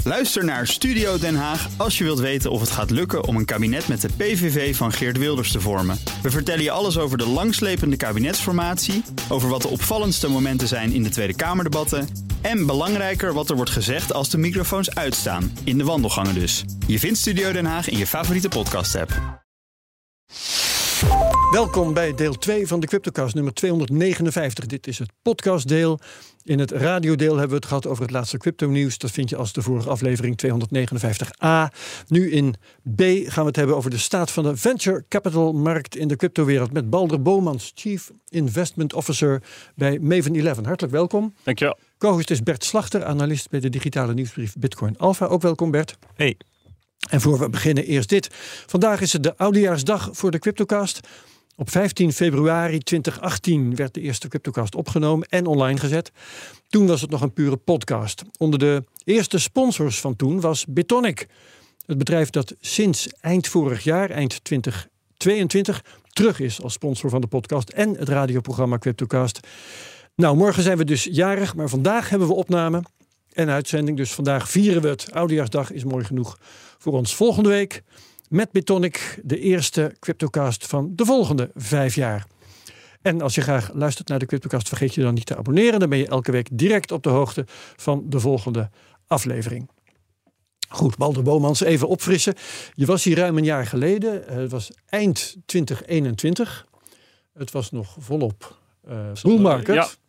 Luister naar Studio Den Haag als je wilt weten of het gaat lukken om een kabinet met de PVV van Geert Wilders te vormen. We vertellen je alles over de langslepende kabinetsformatie, over wat de opvallendste momenten zijn in de Tweede Kamerdebatten en belangrijker wat er wordt gezegd als de microfoons uitstaan, in de wandelgangen dus. Je vindt Studio Den Haag in je favoriete podcast-app. Welkom bij deel 2 van de Cryptocast, nummer 259. Dit is het podcastdeel. In het radiodeel hebben we het gehad over het laatste crypto-nieuws. Dat vind je als de vorige aflevering 259a. Nu in B gaan we het hebben over de staat van de venture capital-markt in de cryptowereld met Balder Bomans, Chief Investment Officer bij Maven 11. Hartelijk welkom. Dankjewel. Co-host is Bert Slachter, analist bij de digitale nieuwsbrief Bitcoin Alpha. Ook welkom, Bert. Hey. En voor we beginnen eerst dit. Vandaag is het de oudejaarsdag voor de Cryptocast. Op 15 februari 2018 werd de eerste Cryptocast opgenomen en online gezet. Toen was het nog een pure podcast. Onder de eerste sponsors van toen was Bitonic. Het bedrijf dat sinds eind vorig jaar, eind 2022, terug is als sponsor van de podcast en het radioprogramma Cryptocast. Nou, morgen zijn we dus jarig, maar vandaag hebben we opname en uitzending. Dus vandaag vieren we het. Oudejaarsdag is mooi genoeg voor ons. Volgende week met Bitonic de eerste Cryptocast van de volgende 5 jaar. En als je graag luistert naar de Cryptocast, vergeet je dan niet te abonneren. Dan ben je elke week direct op de hoogte van de volgende aflevering. Goed, Balder Bomans, even opfrissen. Je was hier ruim een jaar geleden. Het was eind 2021. Het was nog volop bull market.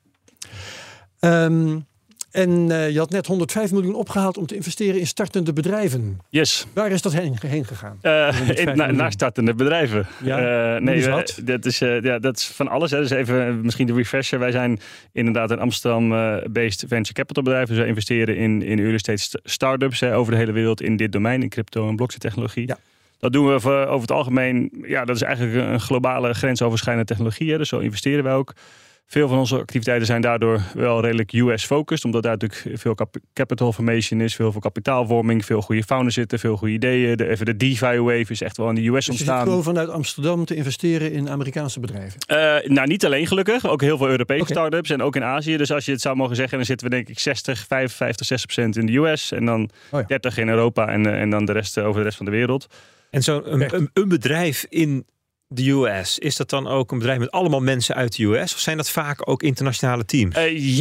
Ja. En je had net 105 miljoen opgehaald om te investeren in startende bedrijven. Yes. Waar is dat heen gegaan? Naar startende bedrijven. Ja, dat is van alles. Hè. Dus even misschien de refresher. Wij zijn inderdaad een Amsterdam-based venture capital bedrijf. Dus we investeren in early stage start-ups over de hele wereld in dit domein, in crypto en blockchain technologie. Ja. Dat doen we over het algemeen. Ja, dat is eigenlijk een globale grensoverschrijdende technologie. Hè. Dus zo investeren wij ook. Veel van onze activiteiten zijn daardoor wel redelijk US-focused. Omdat daar natuurlijk veel capital formation is. Veel kapitaalvorming. Veel goede founders zitten. Veel goede ideeën. De DeFi-wave is echt wel in de US ontstaan. Dus je zit gewoon vanuit Amsterdam te investeren in Amerikaanse bedrijven? Niet alleen gelukkig. Ook heel veel Europese start-ups. En ook in Azië. Dus als je het zou mogen zeggen, dan zitten we denk ik 55-60% in de US. En dan 30% in Europa. En dan de rest over de rest van de wereld. En een bedrijf in de US, is dat dan ook een bedrijf met allemaal mensen uit de US? Of zijn dat vaak ook internationale teams?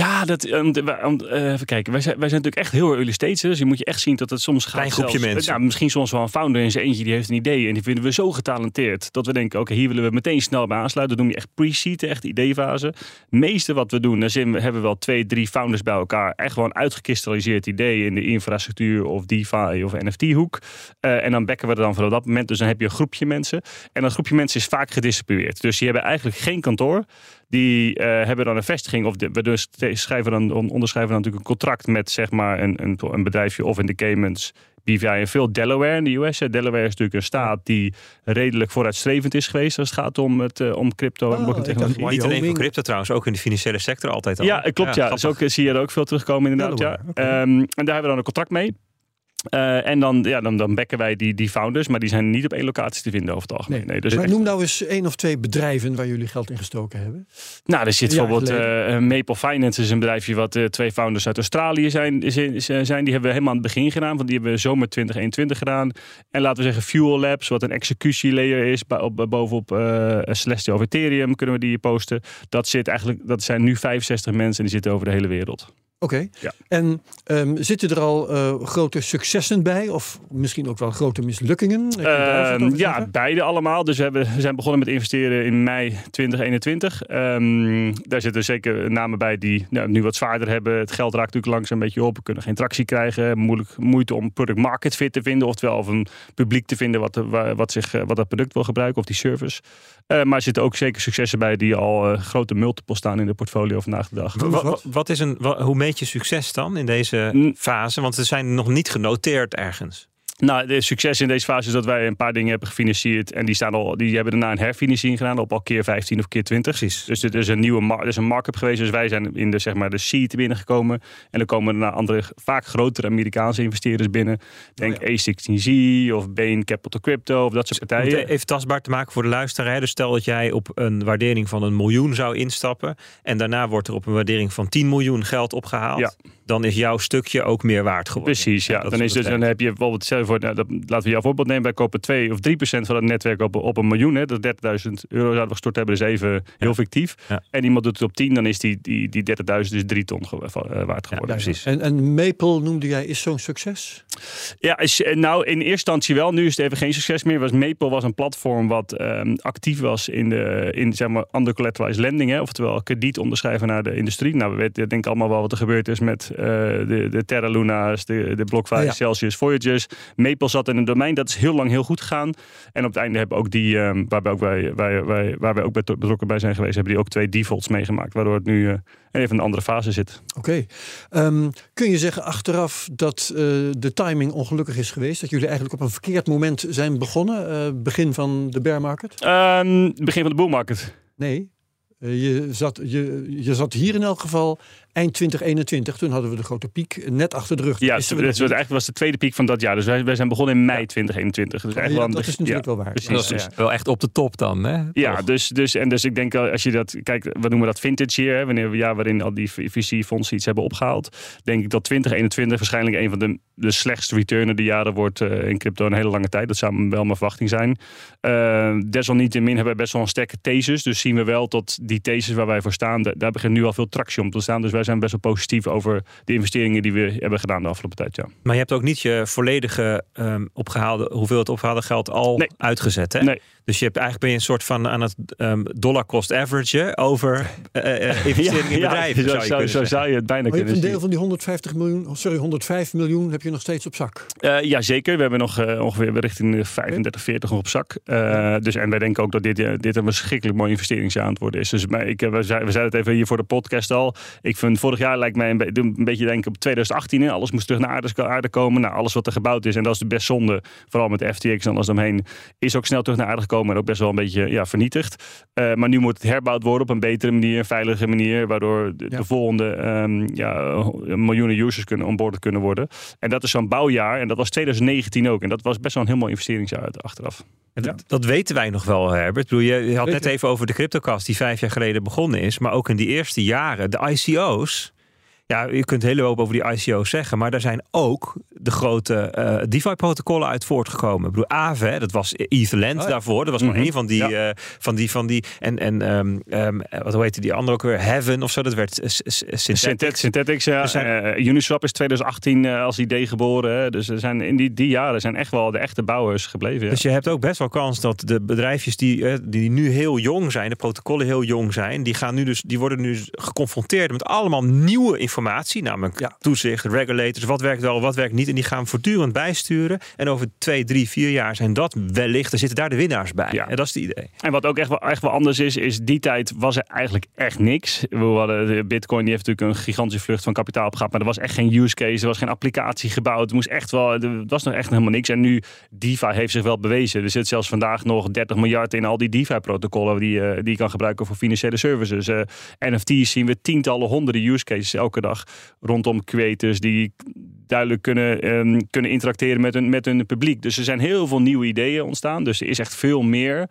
Even kijken. Wij zijn natuurlijk echt heel early stage. Dus je moet je echt zien dat het soms gaat. Klein groepje mensen. Misschien soms wel een founder in zijn eentje die heeft een idee. En die vinden we zo getalenteerd. Dat we denken, oké, hier willen we meteen snel bij aansluiten. Dat noem je echt pre-seed, echt ideefase. Het meeste wat we doen, hebben we wel 2-3 founders bij elkaar. Echt gewoon uitgekristalliseerd idee in de infrastructuur of DeFi of NFT-hoek. En dan backen we er dan vanaf dat moment. Dus dan heb je een groepje mensen. En dat groepje mensen is vaak gedistribueerd. Dus die hebben eigenlijk geen kantoor. Die hebben dan een vestiging. Of we onderschrijven dan natuurlijk een contract met zeg maar een bedrijfje of in de Caymans. BVI en veel Delaware in de US. Delaware is natuurlijk een staat die redelijk vooruitstrevend is geweest als het gaat om crypto en blockchain technologie. Niet alleen voor crypto trouwens, ook in de financiële sector altijd al. Ja, klopt. Ja. Dus ook, zie je er ook veel terugkomen inderdaad. Ja. Okay. En daar hebben we dan een contract mee. En dan backen wij die founders, maar die zijn niet op één locatie te vinden over het algemeen. Nee, dus maar noem nou eens 1 of 2 bedrijven waar jullie geld in gestoken hebben. Nou, er zit bijvoorbeeld Maple Finance is een bedrijfje wat 2 founders uit Australië zijn. Die hebben we helemaal aan het begin gedaan, want die hebben we zomer 2021 gedaan. En laten we zeggen Fuel Labs, wat een executielayer is bovenop Celestia of Ethereum, kunnen we die posten. Dat zijn nu 65 mensen en die zitten over de hele wereld. Oké. Ja. En zitten er al grote successen bij? Of misschien ook wel grote mislukkingen? Beide allemaal. Dus we zijn begonnen met investeren in mei 2021. Daar zitten zeker namen bij die nu wat zwaarder hebben. Het geld raakt natuurlijk langzaam een beetje op. We kunnen geen tractie krijgen. Moeite om product market fit te vinden. Oftewel of een publiek te vinden wat dat product wil gebruiken. Of die service. Maar er zitten ook zeker successen bij die al grote multiples staan in de portfolio vandaag de dag. Hoe meet je succes dan in deze fase? Want ze zijn nog niet genoteerd ergens. Nou, de succes in deze fase is dat wij een paar dingen hebben gefinancierd. En die hebben daarna een herfinanciering gedaan op al keer 15 of keer 20. Precies. Dus dit is er is een markup geweest. Dus wij zijn in de seed binnengekomen. En dan komen er andere, vaak grotere Amerikaanse investeerders binnen. Denk A16Z of Bain Capital Crypto of dat soort partijen. Om het even tastbaar te maken voor de luisteraar. Dus stel dat jij op een waardering van 1 miljoen zou instappen. En daarna wordt er op een waardering van 10 miljoen geld opgehaald. Ja. Dan is jouw stukje ook meer waard geworden. Precies, ja. Dan heb je bijvoorbeeld, stel je voor, laten we jouw voorbeeld nemen. Wij kopen 2 of 3% van het netwerk op 1 miljoen. Hè. Dat 30.000 euro zouden we gestort hebben. Dus even heel fictief. Ja. En iemand doet het op 10, dan is die 30.000 dus 3 ton waard geworden. Ja, precies. En Maple noemde jij, is zo'n succes? Ja, nou in eerste instantie wel. Nu is het even geen succes meer. Maple was een platform wat actief was in zeg maar under-collateralized lending. Hè. Oftewel krediet onderschrijven naar de industrie. Nou, we weten denk ik allemaal wel wat er gebeurd is met de Terra Luna's, de BlockFi, Celsius, Voyagers. Maple zat in een domein, dat is heel lang heel goed gegaan. En op het einde hebben ook die, waar wij ook betrokken bij zijn geweest, hebben die ook 2 defaults meegemaakt. Waardoor het nu even in een andere fase zit. Oké. Kun je zeggen achteraf dat de timing ongelukkig is geweest? Dat jullie eigenlijk op een verkeerd moment zijn begonnen? Begin van de bear market? Begin van de bull market. Nee. Je zat hier in elk geval eind 2021. Toen hadden we de grote piek net achter de rug. Ja, eigenlijk was de tweede piek van dat jaar. Dus wij zijn begonnen in mei 2021. Dus dat is natuurlijk wel waar. Precies. Dat is wel echt op de top dan, hè? Ja, dus ik denk als je dat kijkt, we noemen dat vintage year. Waarin al die VC-fondsen iets hebben opgehaald. Denk ik dat 2021 waarschijnlijk een van de slechtste returnen jaren wordt in crypto een hele lange tijd. Dat zou wel mijn verwachting zijn. Desalniettemin hebben we best wel een sterke thesis. Dus zien we wel tot die thesis waar wij voor staan. Daar begint nu al veel tractie om te staan. Dus wij zijn best wel positief over de investeringen die we hebben gedaan de afgelopen tijd. Ja. Maar je hebt ook niet je volledige hoeveelheid opgehaalde geld al uitgezet, hè? Nee. Dus eigenlijk ben je een soort van aan het dollar cost average over investeringen in bedrijven. Zo zou je het bijna kunnen zien. Een deel van die 105 miljoen heb je nog steeds op zak. Ja, zeker. We hebben nog ongeveer richting de 35, 40 op zak. En wij denken ook dat dit een verschrikkelijk mooi investeringsjaar aan het worden is. Dus we zeiden het even hier voor de podcast al. Ik vind vorig jaar lijkt mij een beetje denken op 2018. Hè. Alles moest terug naar aarde komen. Nou, alles wat er gebouwd is, en dat is de best zonde. Vooral met de FTX en alles omheen. Is ook snel terug naar aarde gekomen. En ook best wel een beetje vernietigd. Maar nu moet het herbouwd worden op een betere manier, een veilige manier. Waardoor de volgende miljoenen users onboard kunnen worden. En dat is zo'n bouwjaar. En dat was 2019 ook. En dat was best wel een heel mooi investeringsjaar achteraf. Dat weten wij nog wel, Herbert. Je had net even over de CryptoCast die 5 jaar geleden begonnen is. Maar ook in die eerste jaren, de ICO's. Ja, je kunt heel hoop over die ICO's zeggen, maar daar zijn ook de grote DeFi-protocollen uit voortgekomen. Ik bedoel, Aave, dat was Etherland daarvoor. Dat was maar één van die. Wat heette die andere ook weer? Heaven of zo. Dat werd Synthetics, ja. Uniswap is 2018 als idee geboren. Hè. Dus er zijn in die jaren zijn echt wel de echte bouwers gebleven. Ja. Dus je hebt ook best wel kans dat de bedrijfjes die nu heel jong zijn, de protocollen heel jong zijn, die worden nu geconfronteerd met allemaal nieuwe informatie. Namelijk toezicht, regulators, wat werkt wel, wat werkt niet. En die gaan voortdurend bijsturen. En over 2, 3, 4 jaar zijn dat wellicht. Er zitten daar de winnaars bij. Ja. En dat is het idee. En wat ook echt wel anders is die tijd was er eigenlijk echt niks. We hadden de Bitcoin, die heeft natuurlijk een gigantische vlucht van kapitaal opgehad. Maar er was echt geen use case, er was geen applicatie gebouwd. Er was nog echt helemaal niks. En nu, DeFi heeft zich wel bewezen. Er zit zelfs vandaag nog 30 miljard in al die DeFi-protocollen die je kan gebruiken voor financiële services. NFT's zien we tientallen, honderden use cases elke dag rondom creators die duidelijk kunnen interacteren met hun publiek. Dus er zijn heel veel nieuwe ideeën ontstaan. Dus er is echt veel meer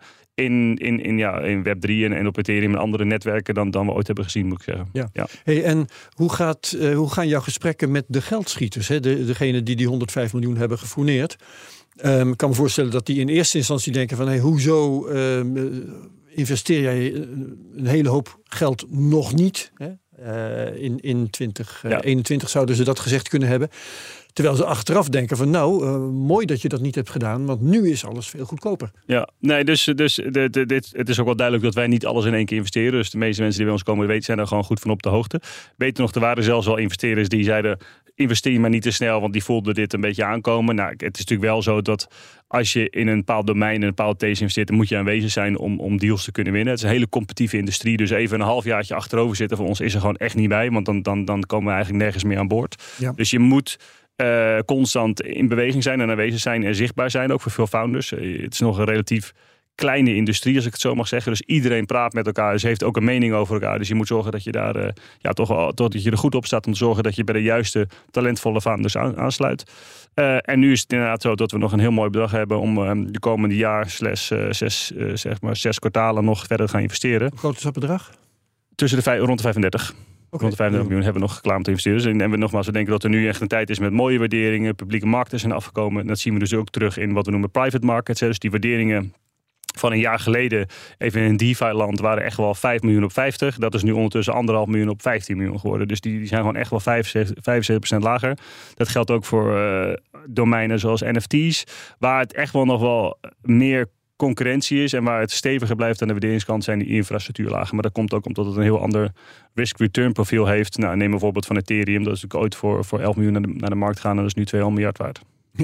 in Web3 en op Ethereum en andere netwerken dan we ooit hebben gezien, moet ik zeggen. Ja. Hey, en hoe gaan jouw gesprekken met de geldschieters? Hè? Degene die 105 miljoen hebben gefourneerd. Ik kan me voorstellen dat die in eerste instantie denken van hoezo investeer jij een hele hoop geld nog niet? Hè? In 2021 zouden ze dat gezegd kunnen hebben. Terwijl ze achteraf denken van mooi dat je dat niet hebt gedaan, want nu is alles veel goedkoper. Ja, nee, dus het is ook wel duidelijk dat wij niet alles in één keer investeren. Dus de meeste mensen die bij ons komen zijn daar gewoon goed van op de hoogte. Weten nog, er waren zelfs wel investeerders die zeiden, investeer maar niet te snel, want die voelden dit een beetje aankomen. Nou, het is natuurlijk wel zo dat als je in een bepaald domein, in een bepaald thesis investeert, dan moet je aanwezig zijn om deals te kunnen winnen. Het is een hele competitieve industrie, dus even een halfjaartje achterover zitten voor ons is er gewoon echt niet bij, want dan komen we eigenlijk nergens meer aan boord. Ja. Dus je moet constant in beweging zijn en aanwezig zijn en zichtbaar zijn, ook voor veel founders. Het is nog een relatief kleine industrie, als ik het zo mag zeggen. Dus iedereen praat met elkaar, dus heeft ook een mening over elkaar. Dus je moet zorgen dat je daar dat je er goed op staat om te zorgen dat je bij de juiste talentvolle founders aansluit. En nu is het inderdaad zo dat we nog een heel mooi bedrag hebben om de komende jaar /6 kwartalen nog verder te gaan investeren. Hoe groot is dat bedrag? Rond de 35. Okay. Rond de 35 miljoen hebben we nog geklaard om te investeren. En we denken dat er nu echt een tijd is met mooie waarderingen. Publieke markten zijn afgekomen. En dat zien we dus ook terug in wat we noemen private markets. Dus die waarderingen van een jaar geleden, even in een DeFi-land, waren echt wel 5 miljoen op 50. Dat is nu ondertussen 1,5 miljoen op 15 miljoen geworden. Dus die zijn gewoon echt wel 75% lager. Dat geldt ook voor domeinen zoals NFT's, waar het echt wel nog wel meer concurrentie is en waar het steviger blijft aan de waarderingskant zijn die infrastructuurlagen. Maar dat komt ook omdat het een heel ander risk-return profiel heeft. Nou, neem bijvoorbeeld van Ethereum. Dat is natuurlijk ooit voor 11 miljoen naar de markt gaan en dat is nu 200 miljard waard.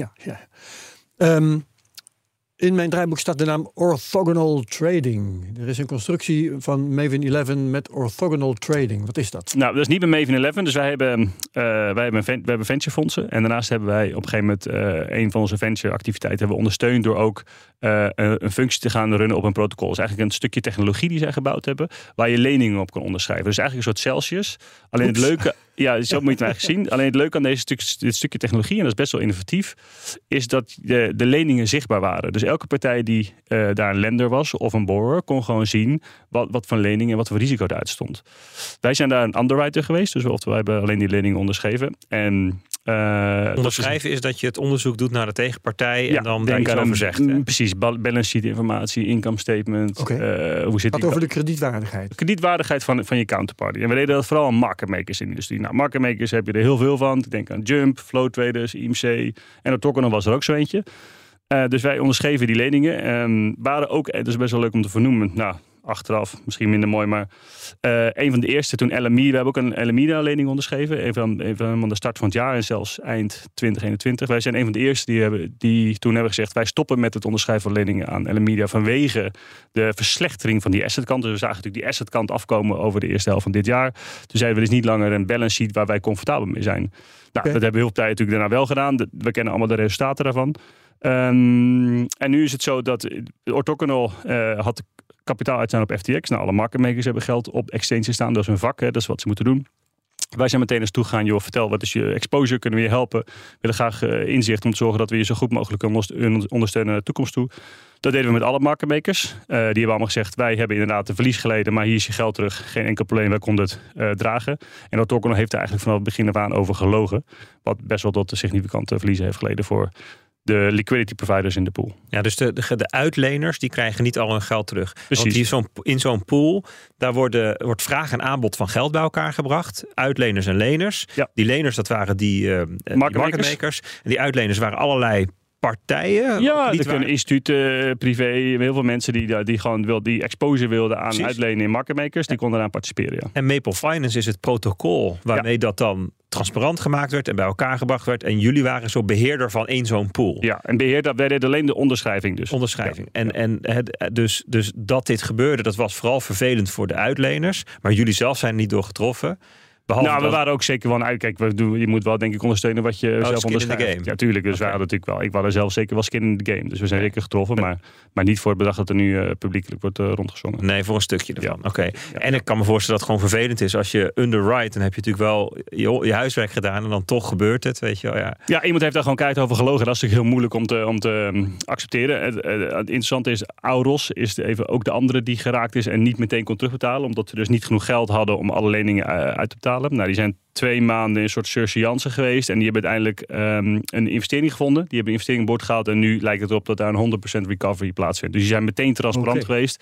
Ja. In mijn draaiboek staat de naam orthogonal trading. Er is een constructie van Maven 11 met orthogonal trading. Wat is dat? Nou, dat is niet bij Maven 11. Dus wij hebben venturefondsen. En daarnaast hebben wij op een gegeven moment een van onze venture activiteiten hebben we ondersteund door ook een functie te gaan runnen op een protocol. Dus eigenlijk een stukje technologie die zij gebouwd hebben, waar je leningen op kan onderschrijven. Dus eigenlijk een soort Celsius. Alleen het leuke, ja, zo moet je het eigenlijk zien. Alleen het leuke aan dit stukje technologie, en dat is best wel innovatief, is dat de leningen zichtbaar waren. Dus elke partij die daar een lender was of een borrower kon gewoon zien wat voor leningen en wat voor risico eruit stond. Wij zijn daar een underwriter geweest, dus wij hebben alleen die leningen onderschreven. En onderschrijven is dat je het onderzoek doet naar de tegenpartij en dan daar iets over zegt. Hè? Precies, balance sheet informatie, income statement. Okay. Hoe zit wat over de kredietwaardigheid? De kredietwaardigheid van je counterparty. En we deden dat vooral aan market makers in de industrie. Nou, market makers heb je er heel veel van. Ik denk aan Jump, Flow Traders, IMC en Orthogonal was er ook zo eentje. Dus wij onderschreven die leningen. Waren ook, dat is best wel leuk om te vernoemen. Nou, achteraf, misschien minder mooi, maar een van de eerste toen LME, we hebben ook een LME-lening onderschreven. Even van de start van het jaar en zelfs eind 2021. Wij zijn een van de eerste die toen hebben gezegd, wij stoppen met het onderschrijven van leningen aan LME vanwege de verslechtering van die assetkant. Dus we zagen natuurlijk die assetkant afkomen over de eerste helft van dit jaar. Toen zeiden we, er is niet langer een balance sheet waar wij comfortabel mee zijn. Nou, dat hebben we heel veel tijd natuurlijk daarna wel gedaan. We kennen allemaal de resultaten daarvan. En nu is het zo dat Orthogonal had kapitaal uitstaan op FTX. Nou, alle market makers hebben geld op exchanges staan. Dat is hun vak, hè? Dat is wat ze moeten doen. Wij zijn meteen eens toegegaan, joh, vertel, wat is je exposure? Kunnen we je helpen? We willen graag inzicht om te zorgen dat we je zo goed mogelijk kunnen ondersteunen naar de toekomst toe. Dat deden we met alle market makers. Die hebben allemaal gezegd, wij hebben inderdaad een verlies geleden, maar hier is je geld terug. Geen enkel probleem, wij konden het dragen. En Orthogonal heeft er eigenlijk vanaf het begin af aan over gelogen. Wat best wel tot de significante verliezen heeft geleden voor de liquidity providers in de pool. Ja, dus de uitleners die krijgen niet al hun geld terug. Precies. Want in zo'n pool, daar wordt vraag en aanbod van geld bij elkaar gebracht. Uitleners en leners. Ja. Die leners, dat waren die market makers. En die uitleners waren allerlei partijen. Ja, er kunnen instituten, privé, heel veel mensen die gewoon die exposure wilden aan uitlenen in market makers, die konden eraan participeren. Ja. En Maple Finance is het protocol waarmee dat dan transparant gemaakt werd en bij elkaar gebracht werd. En jullie waren zo beheerder van één zo'n pool. Ja, en beheerder, wij deden alleen de onderschrijving dus. Onderschrijving. Ja. Dus dat dit gebeurde, dat was vooral vervelend voor de uitleners. Maar jullie zelf zijn er niet door getroffen. Nou, we waren ook zeker wel een uitkijk. Je moet wel denk ik ondersteunen wat je zelf onderschrijft. Ja, tuurlijk. Dus we hadden natuurlijk wel. Ik was er zelf zeker wel skin in de game. Dus we zijn zeker getroffen. Maar niet voor het bedrag dat er nu publiekelijk wordt rondgezongen. Nee, voor een stukje ervan. Ja. Oké. Ja. En ik kan me voorstellen dat het gewoon vervelend is. Als je underwrite, dan heb je natuurlijk wel je huiswerk gedaan. En dan toch gebeurt het, weet je wel. Ja, iemand heeft daar gewoon keihard over gelogen. Dat is natuurlijk heel moeilijk om te accepteren. Het interessante is, Auros is even ook de andere die geraakt is en niet meteen kon terugbetalen. Omdat ze dus niet genoeg geld hadden om alle leningen uit te betalen. Nou, die zijn 2 maanden in een soort surseance geweest. En die hebben uiteindelijk een investering gevonden. Die hebben een investering aan boord gehaald. En nu lijkt het erop dat daar een 100% recovery plaatsvindt. Dus die zijn meteen transparant geweest.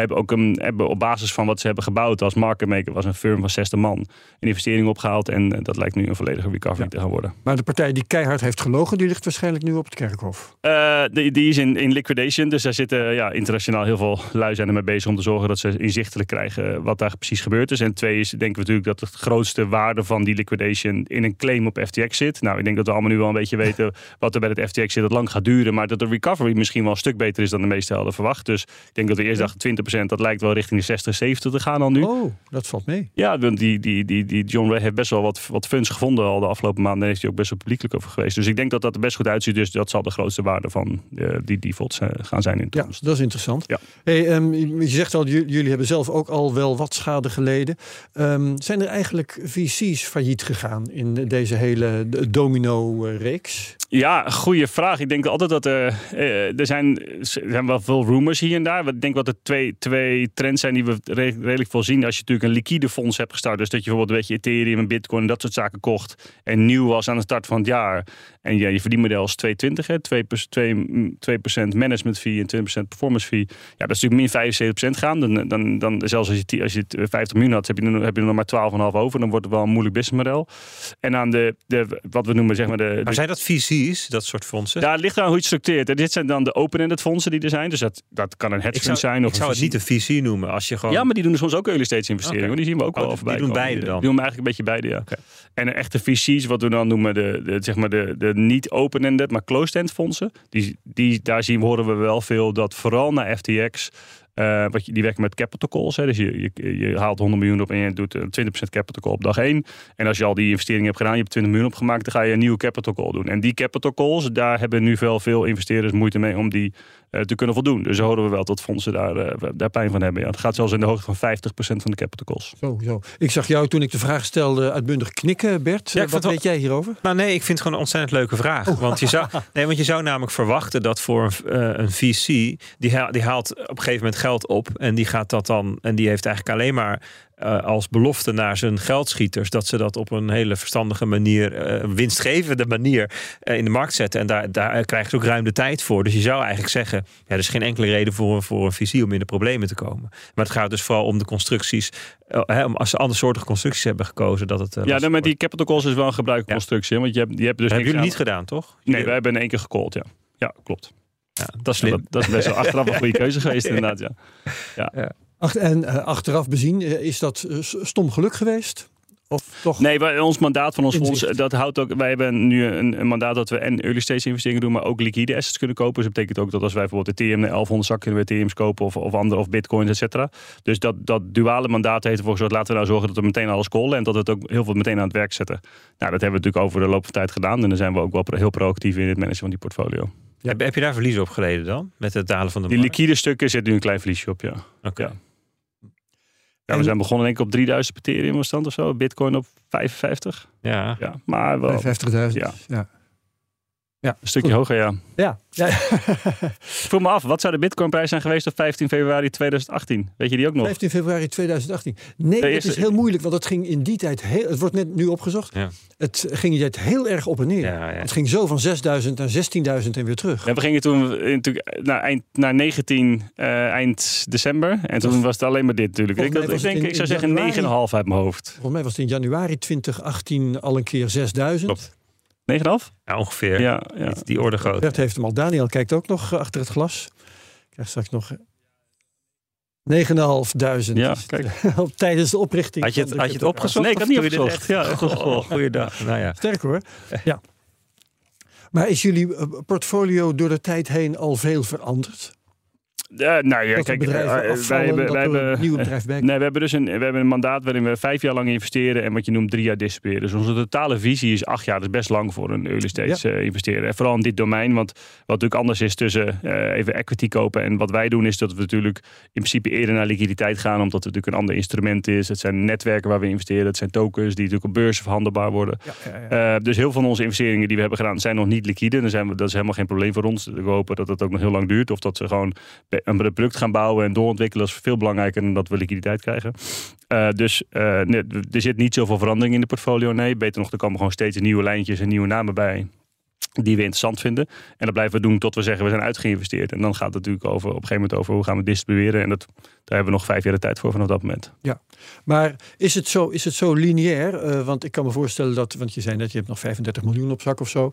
Hebben op basis van wat ze hebben gebouwd als market maker, was een firm van 60 man, een investering opgehaald. En dat lijkt nu een volledige recovery te gaan worden. Maar de partij die keihard heeft gelogen, die ligt waarschijnlijk nu op het kerkhof. Die is in liquidation. Dus daar zitten internationaal heel veel lui zijn ermee bezig om te zorgen dat ze inzichtelijk krijgen wat daar precies gebeurd is. En 2 is, denken we natuurlijk, dat het grootste waarde van van die liquidation in een claim op FTX zit. Nou, ik denk dat we allemaal nu wel een beetje weten wat er bij het FTX zit, dat lang gaat duren, maar dat de recovery misschien wel een stuk beter is dan de meeste hadden verwacht. Dus ik denk dat we eerst dachten 20%, dat lijkt wel richting de 60, 70 te gaan al nu. Oh, dat valt mee. Ja, want die John Ray heeft best wel wat funds gevonden al de afgelopen maanden. Daar heeft hij ook best wel publiekelijk over geweest. Dus ik denk dat dat er best goed uitziet. Dus dat zal de grootste waarde van die defaults gaan zijn in de toekomst. Ja, dat is interessant. Ja. Hey, je zegt al, jullie hebben zelf ook al wel wat schade geleden. Zijn er eigenlijk VC's failliet gegaan in deze hele domino-reeks? Ja, goede vraag. Ik denk altijd dat er zijn wel veel rumors hier en daar. Ik denk dat er twee trends zijn die we redelijk veel zien. Als je natuurlijk een liquide fonds hebt gestart, dus dat je bijvoorbeeld een beetje Ethereum en Bitcoin en dat soort zaken kocht en nieuw was aan de start van het jaar. En je verdienmodel is 2,20, 2% management fee en 20% performance fee. Ja, dat is natuurlijk min 75% gaan. Dan zelfs als je 50 miljoen had, heb je er nog maar 12,5 over. Dan wordt het wel een moeilijk businessmodel. En aan wat we noemen, zeg maar Maar zijn dat VC's, dat soort fondsen? Daar ligt aan hoe je het structureert. Dit zijn dan de open-ended fondsen die er zijn. Dus dat kan een hedge fund zijn. Of ik zou het niet een VC noemen. Als je gewoon... Ja, maar die doen soms ook early stage investeringen. Okay. Die zien we ook wel voorbij. Die doen beide dan? Die doen eigenlijk een beetje beide, ja. Okay. En de echte VC's, wat we dan noemen de niet open-ended, maar closed-end fondsen. Daar horen we wel veel dat vooral naar FTX... die werken met capital calls. Hè. Dus je haalt 100 miljoen op en je doet 20% capital call op dag 1. En als je al die investeringen hebt gedaan, je hebt 20 miljoen opgemaakt, dan ga je een nieuwe capital call doen. En die capital calls, daar hebben nu veel investeerders moeite mee om die te kunnen voldoen. Dus horen we wel dat fondsen daar pijn van hebben. Ja. Het gaat zelfs in de hoogte van 50% van de capital calls. Zo. Ik zag jou toen ik de vraag stelde uitbundig knikken, Bert. Ja, wat weet jij hierover? Nou nee, ik vind het gewoon een ontzettend leuke vraag. Oh. Want je zou namelijk verwachten dat voor een VC, die haalt op een gegeven moment geld op en die gaat dat dan, en die heeft eigenlijk alleen maar als belofte naar zijn geldschieters dat ze dat op een hele verstandige manier, winstgevende manier in de markt zetten. En daar krijgen ze ook ruim de tijd voor. Dus je zou eigenlijk zeggen, er is geen enkele reden voor een VC om in de problemen te komen. Maar het gaat dus vooral om de constructies. Als ze andersoortige constructies hebben gekozen, dat het ja, dan met die capital calls is wel een gebruikelijke constructie. Want je hebt dus hebben jullie niet gedaan, toch? Nee, wij hebben in 1 keer gecallt, ja. Ja, klopt. Ja, dat is slim. Dat is best wel achteraf een goede keuze geweest, inderdaad. Ja. En achteraf bezien, is dat stom geluk geweest? Of toch? Nee, ons mandaat van ons fonds, dat houdt ook. Wij hebben nu een mandaat dat we en early stage investeringen doen, maar ook liquide assets kunnen kopen. Dus dat betekent ook dat als wij bijvoorbeeld Ethereum 1100 zakken kunnen we Ethereum's kopen of andere of bitcoins, et cetera. Dus dat duale mandaat heeft ervoor gezorgd, laten we nou zorgen dat we meteen alles callen en dat we het ook heel veel meteen aan het werk zetten. Nou, dat hebben we natuurlijk over de loop van tijd gedaan en dan zijn we ook wel heel proactief in het managen van die portfolio. Ja. Heb je daar verlies op geleden dan? Met het dalen van de Die liquide stukken zit nu een klein verliesje op, ja. Okay. Ja, we zijn begonnen denk ik op 3000 per Ethereum bestand of zo. Bitcoin op 55. Ja, maar wel 50.000. Ja. Een stukje hoger, ja. Ja. Ik vroeg me af, wat zou de Bitcoinprijs zijn geweest op 15 februari 2018? Weet je die ook nog? 15 februari 2018. Nee, dat is heel moeilijk, want het ging in die tijd het wordt net nu opgezocht. Ja. Het ging in die tijd heel erg op en neer. Ja. Het ging zo van 6.000 naar 16.000 en weer terug. Ja, we gingen toen naar 19 eind december. En toen was het alleen maar dit natuurlijk. Ik zou zeggen 9,5 uit mijn hoofd. Volgens mij was het in januari 2018 al een keer 6.000. Klopt. 9,5? Ja, ongeveer. Ja. Die orde groot. Bert heeft hem al. Daniel kijkt ook nog achter het glas. Ik krijg straks nog 9.500. Ja, kijk. Tijdens de oprichting. Had je het opgezocht? Nee, ik had niet opgezocht. Ja, goeiedag. Nou ja. Sterk hoor. Ja. Maar is jullie portfolio door de tijd heen al veel veranderd? Kijk, wij hebben een mandaat waarin we 5 jaar lang investeren en wat je noemt 3 jaar distribueren. Dus onze totale visie is 8 jaar. Dat is best lang voor een early stage investeren. En vooral in dit domein, want wat natuurlijk anders is tussen even equity kopen en wat wij doen is dat we natuurlijk in principe eerder naar liquiditeit gaan, omdat het natuurlijk een ander instrument is. Het zijn netwerken waar we investeren. Het zijn tokens die natuurlijk op beurzen verhandelbaar worden. Dus heel veel van onze investeringen die we hebben gedaan zijn nog niet liquide. Dat is helemaal geen probleem voor ons. We hopen dat het ook nog heel lang duurt of dat ze gewoon een product gaan bouwen en doorontwikkelen. Dat is veel belangrijker dan dat we liquiditeit krijgen. Er zit niet zoveel verandering in de portfolio. Nee, beter nog, er komen gewoon steeds nieuwe lijntjes en nieuwe namen bij die we interessant vinden. En dat blijven we doen tot we zeggen we zijn uitgeïnvesteerd. En dan gaat het natuurlijk op een gegeven moment over hoe gaan we distribueren. En daar hebben we nog 5 jaar de tijd voor vanaf dat moment. Ja, maar is het zo lineair? Want ik kan me voorstellen dat, want je zei net, je hebt nog 35 miljoen op zak of zo.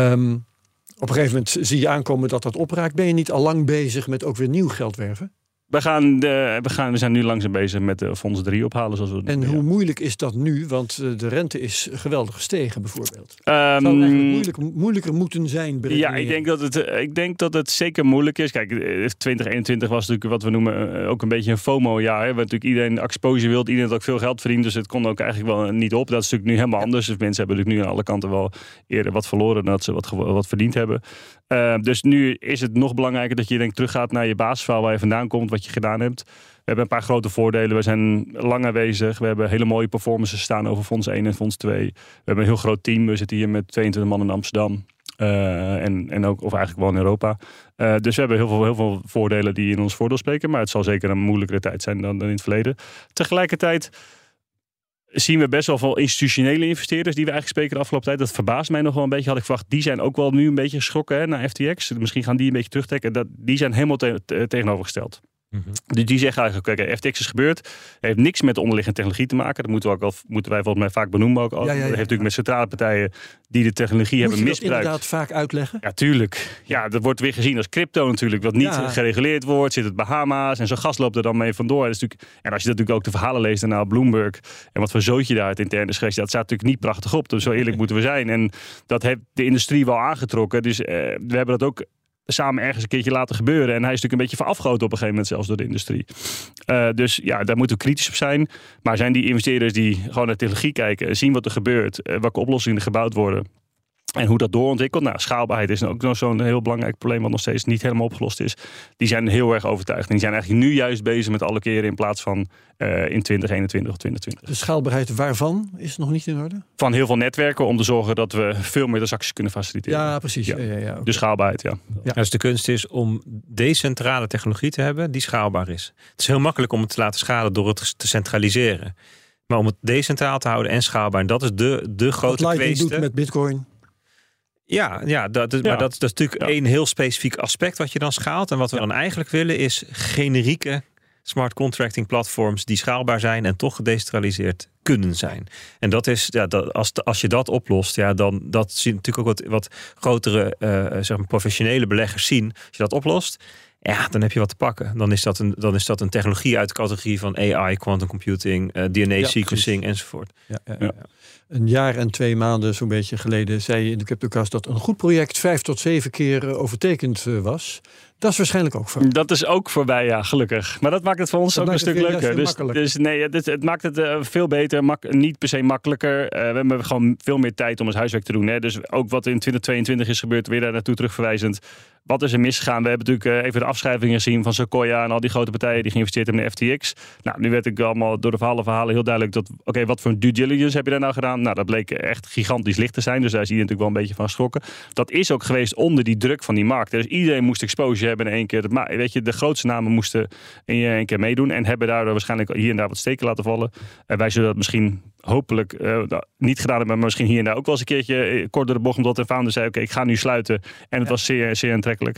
Op een gegeven moment zie je aankomen dat opraakt. Ben je niet al lang bezig met ook weer nieuw geld werven? We zijn nu langzaam bezig met de fonds 3 ophalen. Zoals we En hoe moeilijk is dat nu? Want de rente is geweldig gestegen bijvoorbeeld. Zou Zou het eigenlijk moeilijker moeten zijn? Ja, ik denk dat het zeker moeilijk is. Kijk, 2021 was natuurlijk wat we noemen ook een beetje een FOMO-jaar. Waar natuurlijk iedereen exposure wil. Iedereen had ook veel geld verdiend. Dus het kon ook eigenlijk wel niet op. Dat is natuurlijk nu helemaal anders. Dus mensen hebben natuurlijk nu aan alle kanten wel eerder wat verloren dan dat ze wat verdiend hebben. Dus nu is het nog belangrijker dat je teruggaat naar je basisverhaal waar je vandaan komt, wat je gedaan hebt. We hebben een paar grote voordelen. We zijn lang aanwezig. We hebben hele mooie performances staan over fonds 1 en fonds 2. We hebben een heel groot team. We zitten hier met 22 man in Amsterdam. En ook, of eigenlijk wel in Europa. Dus we hebben heel veel voordelen die in ons voordeel spreken. Maar het zal zeker een moeilijkere tijd zijn dan in het verleden. Tegelijkertijd zien we best wel veel institutionele investeerders die we eigenlijk spreken de afgelopen tijd. Dat verbaast mij nog wel een beetje. Had ik verwacht, die zijn ook wel nu een beetje geschrokken naar FTX. Misschien gaan die een beetje terugtrekken. Die zijn helemaal tegenovergesteld. Dus die zeggen eigenlijk, oké, FTX is gebeurd. Het heeft niks met de onderliggende technologie te maken. Dat moeten wij volgens mij vaak benoemen ook. Dat heeft natuurlijk met centrale partijen die de technologie hebben misbruikt. Moet je dat inderdaad vaak uitleggen? Ja, tuurlijk. Ja, dat wordt weer gezien als crypto natuurlijk. Wat niet gereguleerd wordt. Zit het Bahama's en zo'n gast loopt er dan mee vandoor. En als je natuurlijk ook de verhalen leest daarna op Bloomberg. En wat voor zootje daar het intern is geweest. Dat staat natuurlijk niet prachtig op. Dus zo eerlijk moeten we zijn. En dat heeft de industrie wel aangetrokken. Dus we hebben dat ook samen ergens een keertje laten gebeuren. En hij is natuurlijk een beetje van afgehouden op een gegeven moment zelfs door de industrie. Dus ja, daar moeten we kritisch op zijn. Maar zijn die investeerders die gewoon naar technologie kijken, zien wat er gebeurt, welke oplossingen er gebouwd worden en hoe dat doorontwikkelt. Nou, schaalbaarheid is ook nog zo'n heel belangrijk probleem wat nog steeds niet helemaal opgelost is. Die zijn heel erg overtuigd. En die zijn eigenlijk nu juist bezig met allokeren in plaats van in 2021 of 2020. De schaalbaarheid waarvan is nog niet in orde? Van heel veel netwerken om te zorgen dat we veel meer transacties kunnen faciliteren. Ja, precies. Ja. Okay. De schaalbaarheid, ja. Dus de kunst is om decentrale technologie te hebben die schaalbaar is. Het is heel makkelijk om het te laten schalen door het te centraliseren. Maar om het decentraal te houden en schaalbaar, en dat is de grote wat kwestie. Doet met Bitcoin. Maar dat is natuurlijk één heel specifiek aspect wat je dan schaalt. En wat we dan eigenlijk willen is generieke smart contracting platforms die schaalbaar zijn en toch gedecentraliseerd kunnen zijn. En dat is, als je dat oplost, dan dat zien natuurlijk ook wat grotere professionele beleggers zien. Als je dat oplost, dan heb je wat te pakken. Dan is dat een technologie uit de categorie van AI, quantum computing, DNA sequencing enzovoort. Ja. Een jaar en 2 maanden zo'n beetje geleden zei je in de CryptoCast dat een goed project 5 tot 7 keer overtekend was. Dat is waarschijnlijk ook voorbij. Dat is ook voorbij, ja, gelukkig. Maar dat maakt het voor ons ook een stuk leuker. Dus nee, het maakt het veel beter. Niet per se makkelijker. We hebben gewoon veel meer tijd om ons huiswerk te doen. Hè. Dus ook wat in 2022 is gebeurd, weer daar naartoe terugverwijzend. Wat is er misgegaan? We hebben natuurlijk even de afschrijvingen gezien van Sequoia en al die grote partijen die geïnvesteerd hebben in FTX. Nou, nu werd ik allemaal door de verhalen heel duidelijk dat, wat voor een due diligence heb je daar nou gedaan? Nou, dat bleek echt gigantisch licht te zijn. Dus daar is iedereen natuurlijk wel een beetje van geschrokken. Dat is ook geweest onder die druk van die markt. Dus iedereen moest exposure hebben in één keer. Weet je, de grootste namen moesten in één keer meedoen en hebben daardoor waarschijnlijk hier en daar wat steken laten vallen. Wij zullen dat misschien hopelijk niet gedaan hebben, maar misschien hier en daar ook wel eens een keertje kort door de bocht, omdat de founder zei, ik ga nu sluiten. En het was zeer, zeer aantrekkelijk.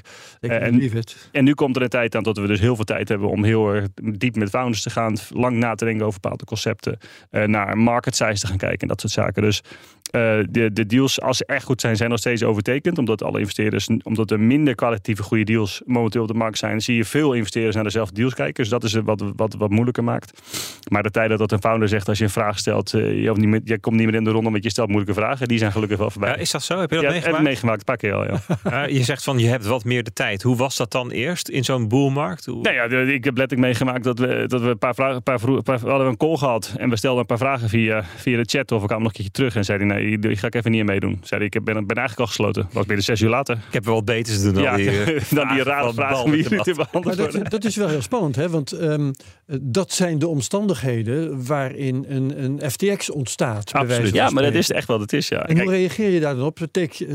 En nu komt er een tijd aan dat we dus heel veel tijd hebben om heel erg diep met founders te gaan, lang na te denken over bepaalde concepten, naar market size te gaan kijken en dat soort zaken. Dus de deals, als ze echt goed zijn, zijn nog steeds overtekend, omdat alle investeerders, omdat er minder kwalitatieve goede deals momenteel op de markt zijn, zie je veel investeerders naar dezelfde deals kijken. Dus dat is wat moeilijker maakt. Maar de tijden dat een founder zegt, als je een vraag stelt, je komt niet meer in de ronde, want je stelt moeilijke vragen, die zijn gelukkig wel voorbij. Ja, is dat zo? Heb je dat meegemaakt? Heb ik meegemaakt, een paar keer al, ja. Je zegt van, je hebt wat meer de tijd. Hoe was dat dan eerst in zo'n boelmarkt? Ik heb letterlijk meegemaakt dat we een paar vragen, we hadden een call gehad en we stelden een paar vragen via de chat of we kwamen nog een keertje terug en zeiden, nee, die ga ik even niet aan meedoen. Zei ik ben eigenlijk al gesloten. Was binnen 6 uur later. Ik heb wel wat beters te doen dan die rare vragen om jullie te beantwoorden. Maar dat is wel heel spannend, hè? Want dat zijn de omstandigheden waarin een FTX ontstaat. Absoluut. Ja, maar dat is echt wat het is, ja. En hoe reageer je daar dan op?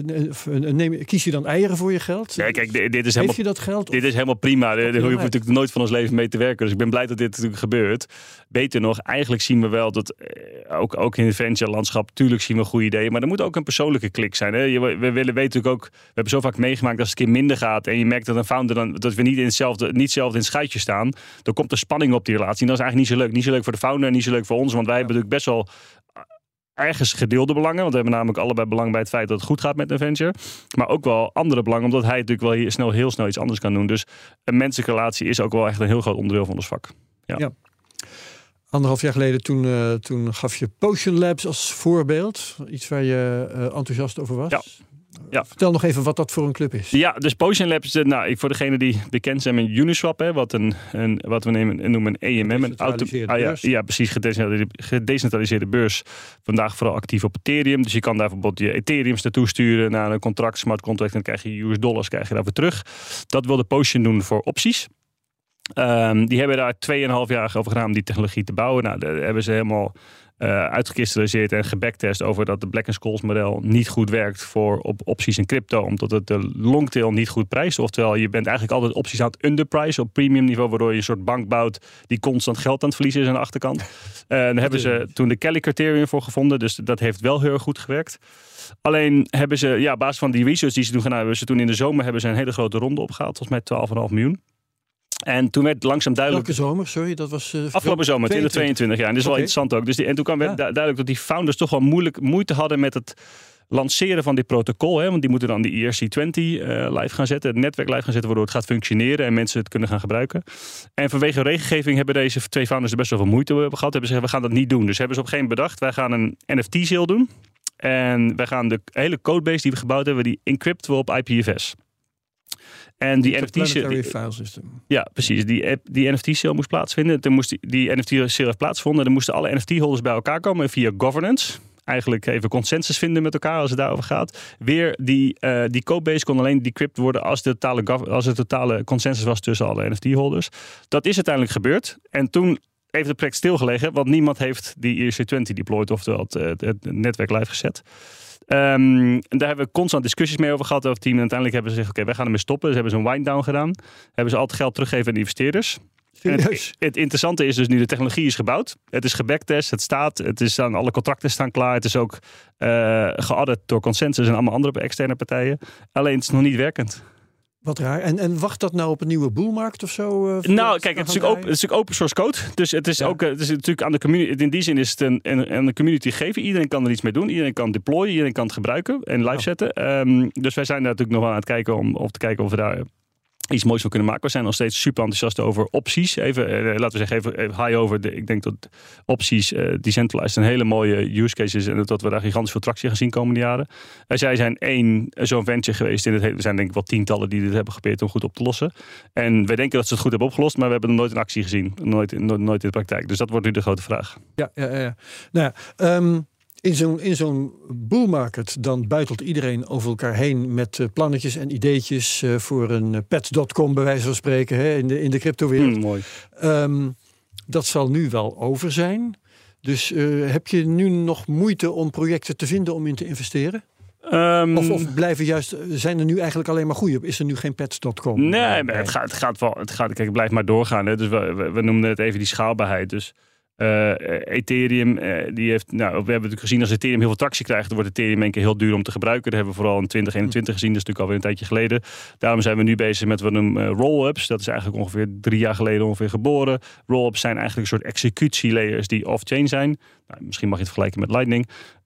Kies je dan eieren voor je geld? Ja, kijk, Geef je dat geld? Dit is helemaal prima. Daar hoeven we natuurlijk nooit van ons leven mee te werken. Dus ik ben blij dat dit natuurlijk gebeurt. Beter nog, eigenlijk zien we wel dat ook in het venture landschap, natuurlijk zien we goede ideeën, maar er moet ook een persoonlijke klik zijn. Hè? We weten natuurlijk ook, we hebben zo vaak meegemaakt dat als het een keer minder gaat en je merkt dat een founder dan, dat we niet in het schuitje staan, dan komt er spanning op die relatie. En dat is eigenlijk niet zo leuk. Niet zo leuk voor de founder en niet zo leuk voor ons, want wij hebben natuurlijk best wel ergens gedeelde belangen. Want we hebben namelijk allebei belang bij het feit dat het goed gaat met een venture. Maar ook wel andere belangen, omdat hij natuurlijk wel heel snel iets anders kan doen. Dus een menselijke relatie is ook wel echt een heel groot onderdeel van ons vak. Ja. 1,5 jaar geleden toen gaf je Potion Labs als voorbeeld. Iets waar je enthousiast over was. Ja. Vertel nog even wat dat voor een club is. Ja, dus Potion Labs, voor degene die bekend zijn met Uniswap, wat we noemen een EMM. Precies, gedecentraliseerde beurs. Vandaag vooral actief op Ethereum. Dus je kan daar bijvoorbeeld je Ethereums naartoe sturen naar een contract, smart contract, en dan krijg je US-dollars daarvoor terug. Dat wilde Potion doen voor opties. Die hebben daar 2,5 jaar over gedaan om die technologie te bouwen. Nou, daar hebben ze helemaal uitgekristalliseerd en gebacktest over dat de Black-Scholes model niet goed werkt voor op opties en crypto, omdat het de longtail niet goed prijst. Oftewel, je bent eigenlijk altijd opties aan het underprice op premium niveau, waardoor je een soort bank bouwt die constant geld aan het verliezen is aan de achterkant. Daar hebben ze toen de Kelly criterium voor gevonden, dus dat heeft wel heel erg goed gewerkt. Alleen hebben ze, op basis van die research die ze toen gedaan hebben, ze toen in de zomer hebben ze een hele grote ronde opgehaald, volgens mij 12,5 miljoen. En toen werd langzaam duidelijk... Welke zomer? Sorry, dat was... afgelopen zomer, 2022. Ja, en dat is wel interessant ook. En toen kwam duidelijk dat die founders toch wel moeite hadden met het lanceren van dit protocol. Hè, want die moeten dan die ERC20 live gaan zetten. Het netwerk live gaan zetten, waardoor het gaat functioneren en mensen het kunnen gaan gebruiken. En vanwege regelgeving hebben deze 2 founders er best wel veel moeite gehad. Hebben ze gezegd, we gaan dat niet doen. Dus hebben ze op een gegeven moment bedacht, wij gaan een NFT-sale doen. En wij gaan de hele codebase die we gebouwd hebben, die encrypten we op IPFS. En die NFT-sale... Ja, precies. Die NFT-sale moest plaatsvinden. Toen moest die NFT-sale heeft plaatsgevonden. Dan moesten alle NFT-holders bij elkaar komen via governance. Eigenlijk even consensus vinden met elkaar als het daarover gaat. Weer die codebase kon alleen decrypt worden als de totale consensus was tussen alle NFT-holders. Dat is uiteindelijk gebeurd. En toen heeft het project stilgelegen, want niemand heeft die ERC20 deployed, oftewel het netwerk live gezet. Daar hebben we constant discussies mee over gehad over het team. En uiteindelijk hebben ze gezegd, oké, wij gaan ermee stoppen. Ze hebben zo'n wind-down gedaan. Hebben ze al het geld teruggegeven aan de investeerders. Het interessante is dus nu, de technologie is gebouwd. Het is gebacktest, het staat. Alle contracten staan klaar. Het is ook geaudit door consensus en allemaal andere externe partijen. Alleen het is nog niet werkend. Wat raar. En wacht dat nou op een nieuwe boelmarkt of zo? Kijk, het is natuurlijk open source code. Dus het is natuurlijk aan de community. In die zin is het aan de community gegeven. Iedereen kan er iets mee doen. Iedereen kan deployen. Iedereen kan het gebruiken en live zetten. Dus wij zijn daar natuurlijk nog wel aan het kijken om te kijken of we daar iets moois van kunnen maken. We zijn nog steeds super enthousiast over opties. Laten we zeggen, even high over. Ik denk dat opties decentralized een hele mooie use case is en dat we daar gigantisch veel tractie gaan zien komende jaren. Zij zijn 1 zo'n venture geweest in het hele. We zijn denk ik wel tientallen die dit hebben geprobeerd om goed op te lossen. En wij denken dat ze het goed hebben opgelost, maar we hebben het nooit in actie gezien. Nooit in de praktijk. Dus dat wordt nu de grote vraag. Ja. Nou ja, in zo'n bull market dan buitelt iedereen over elkaar heen met plannetjes en ideetjes voor een pets.com bij wijze van spreken, hè, in de cryptowereld. Mooi. Dat zal nu wel over zijn. Dus heb je nu nog moeite om projecten te vinden om in te investeren? Of blijven zijn er nu eigenlijk alleen maar goede? Is er nu geen pets.com? Nee, maar het gaat wel. Kijk, het blijft maar doorgaan. Hè. Dus we noemden het even die schaalbaarheid. Dus Ethereum, die heeft, we hebben natuurlijk gezien als Ethereum heel veel tractie krijgt, dan wordt Ethereum een keer heel duur om te gebruiken. Dat hebben we vooral in 2021 gezien, dat is natuurlijk alweer een tijdje geleden. Daarom zijn we nu bezig met wat we noemen roll-ups. Dat is eigenlijk ongeveer 3 jaar geleden ongeveer geboren. Roll-ups zijn eigenlijk een soort executielayers die off-chain zijn. Nou, misschien mag je het vergelijken met Lightning.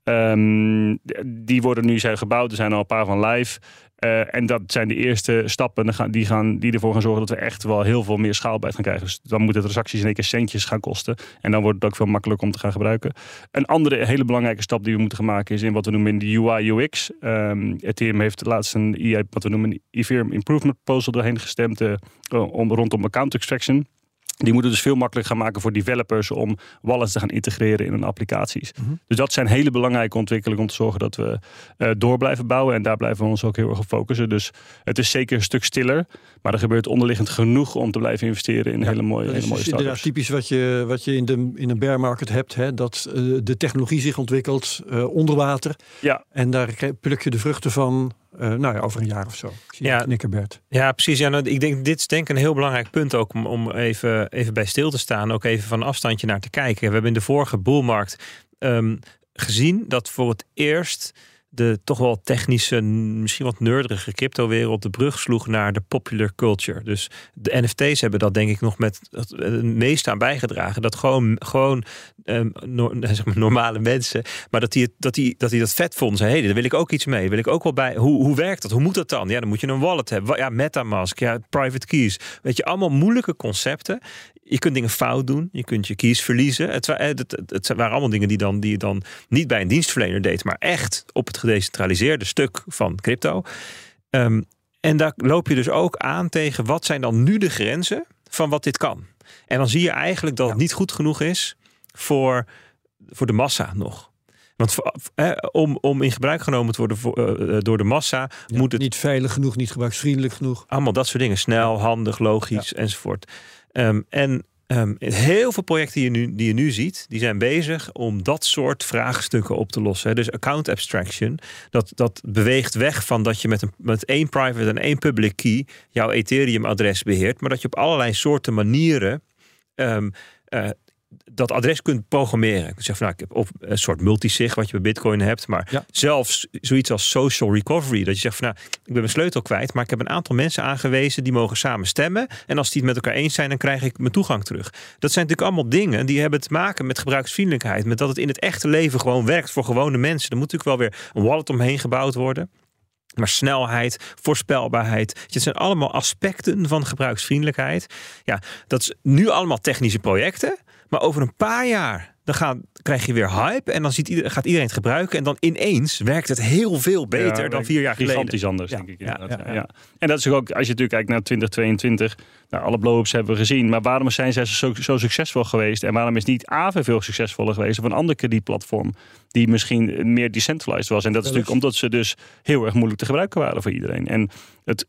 Die worden nu zijn gebouwd, er zijn al een paar van live. En dat zijn de eerste stappen die ervoor gaan zorgen dat we echt wel heel veel meer schaalbaarheid gaan krijgen. Dus dan moeten de transacties in één keer centjes gaan kosten. En dan wordt het ook veel makkelijker om te gaan gebruiken. Een andere hele belangrijke stap die we moeten gaan maken is in wat we noemen in de UI UX. Ethereum heeft laatst wat we noemen een Ethereum Improvement Proposal doorheen gestemd rondom account extraction. Die moeten dus veel makkelijker gaan maken voor developers om wallets te gaan integreren in hun applicaties. Mm-hmm. Dus dat zijn hele belangrijke ontwikkelingen om te zorgen dat we door blijven bouwen. En daar blijven we ons ook heel erg op focussen. Dus het is zeker een stuk stiller. Maar er gebeurt onderliggend genoeg om te blijven investeren in hele mooie startups. Inderdaad typisch wat je in een bear market hebt. Hè, dat de technologie zich ontwikkelt onder water. Ja. En daar pluk je de vruchten van over een jaar of zo. Knikkerbert. Ja, precies. Ja, ik denk, dit is denk ik een heel belangrijk punt ook om even bij stil te staan. Ook even van afstandje naar te kijken. We hebben in de vorige boelmarkt gezien dat voor het eerst de toch wel technische, misschien wat nerdige cryptowereld de brug sloeg naar de popular culture. Dus de NFT's hebben dat denk ik nog met het meeste aan bijgedragen. Dat gewoon zeg maar normale mensen, maar dat die dat vet vonden. Zei, daar wil ik ook iets mee. Wil ik ook wel bij. Hoe werkt dat? Hoe moet dat dan? Ja, dan moet je een wallet hebben. Ja, MetaMask, ja, private keys. Weet je, allemaal moeilijke concepten. Je kunt dingen fout doen. Je kunt je keys verliezen. Het waren allemaal dingen die je dan niet bij een dienstverlener deed, maar echt op het gedecentraliseerde stuk van crypto. En daar loop je dus ook aan tegen wat zijn dan nu de grenzen van wat dit kan. En dan zie je eigenlijk dat het niet goed genoeg is voor de massa nog. Want om in gebruik genomen te worden door de massa moet het niet veilig genoeg, niet gebruiksvriendelijk genoeg. Allemaal dat soort dingen. Snel, handig, logisch enzovoort. Heel veel projecten die je nu ziet, die zijn bezig om dat soort vraagstukken op te lossen. Dus account abstraction, dat beweegt weg van dat je met één private en één public key jouw Ethereum-adres beheert, maar dat je op allerlei soorten manieren dat adres kunt programmeren. Ik zeg van, ik heb een soort multisig wat je bij Bitcoin hebt, maar zelfs zoiets als social recovery, dat je zegt van, ik ben mijn sleutel kwijt, maar ik heb een aantal mensen aangewezen die mogen samen stemmen en als die het met elkaar eens zijn, dan krijg ik mijn toegang terug. Dat zijn natuurlijk allemaal dingen die hebben te maken met gebruiksvriendelijkheid, met dat het in het echte leven gewoon werkt voor gewone mensen. Er moet natuurlijk wel weer een wallet omheen gebouwd worden. Maar snelheid, voorspelbaarheid, het zijn allemaal aspecten van gebruiksvriendelijkheid. Ja, dat is nu allemaal technische projecten. Maar over een paar jaar krijg je weer hype. En dan gaat iedereen het gebruiken. En dan ineens werkt het heel veel beter dan 4 jaar geleden. Gigantisch anders, denk ik. Ja. En dat is ook, als je natuurlijk kijkt naar 2022. Nou, alle blow-ups hebben we gezien. Maar waarom zijn zij zo succesvol geweest? En waarom is niet Aave veel succesvoller geweest? Of een ander kredietplatform die misschien meer decentralized was? En dat is natuurlijk omdat ze dus heel erg moeilijk te gebruiken waren voor iedereen. En het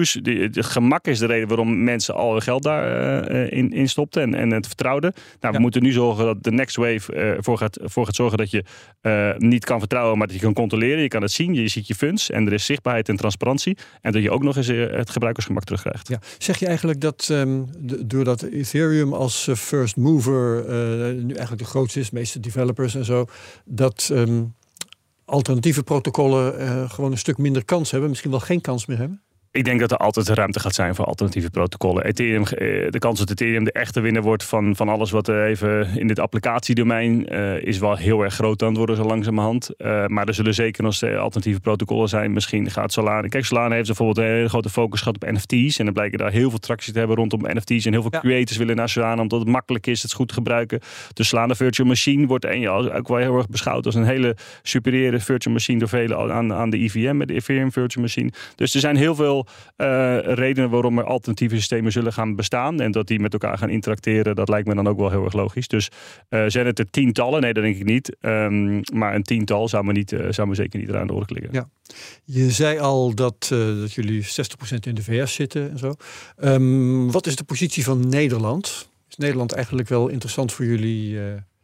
gemak is de reden waarom mensen al hun geld daarin stopten en het vertrouwden. Nou, we moeten nu zorgen dat de next wave ervoor gaat zorgen dat je niet kan vertrouwen, maar dat je kan controleren. Je kan het zien, je ziet je funds en er is zichtbaarheid en transparantie. En dat je ook nog eens het gebruikersgemak terugkrijgt. Ja. Zeg je eigenlijk dat doordat Ethereum als first mover nu eigenlijk de grootste is, de meeste developers en zo, dat alternatieve protocollen gewoon een stuk minder kans hebben, misschien wel geen kans meer hebben? Ik denk dat er altijd ruimte gaat zijn voor alternatieve protocollen. Ethereum, de kans dat Ethereum de echte winnaar wordt van alles wat er even in dit applicatiedomein is wel heel erg groot aan het worden zo langzamerhand. Maar er zullen zeker nog alternatieve protocollen zijn. Misschien gaat Solana. Kijk, Solana heeft bijvoorbeeld een hele grote focus gehad op NFT's. En dan blijken daar heel veel tractie te hebben rondom NFT's. En heel veel creators willen naar Solana omdat het makkelijk is, het is goed te gebruiken. De Solana Virtual Machine wordt ook wel heel erg beschouwd als een hele superieure virtual machine door velen aan de EVM, met de Ethereum Virtual Machine. Dus er zijn heel veel redenen waarom er alternatieve systemen zullen gaan bestaan en dat die met elkaar gaan interacteren, dat lijkt me dan ook wel heel erg logisch. Dus zijn het er tientallen? Nee, dat denk ik niet. Maar een tiental zou me zeker niet eraan de oren klikken. Ja. Je zei al dat jullie 60% in de VS zitten en zo. Wat is de positie van Nederland? Is Nederland eigenlijk wel interessant voor jullie?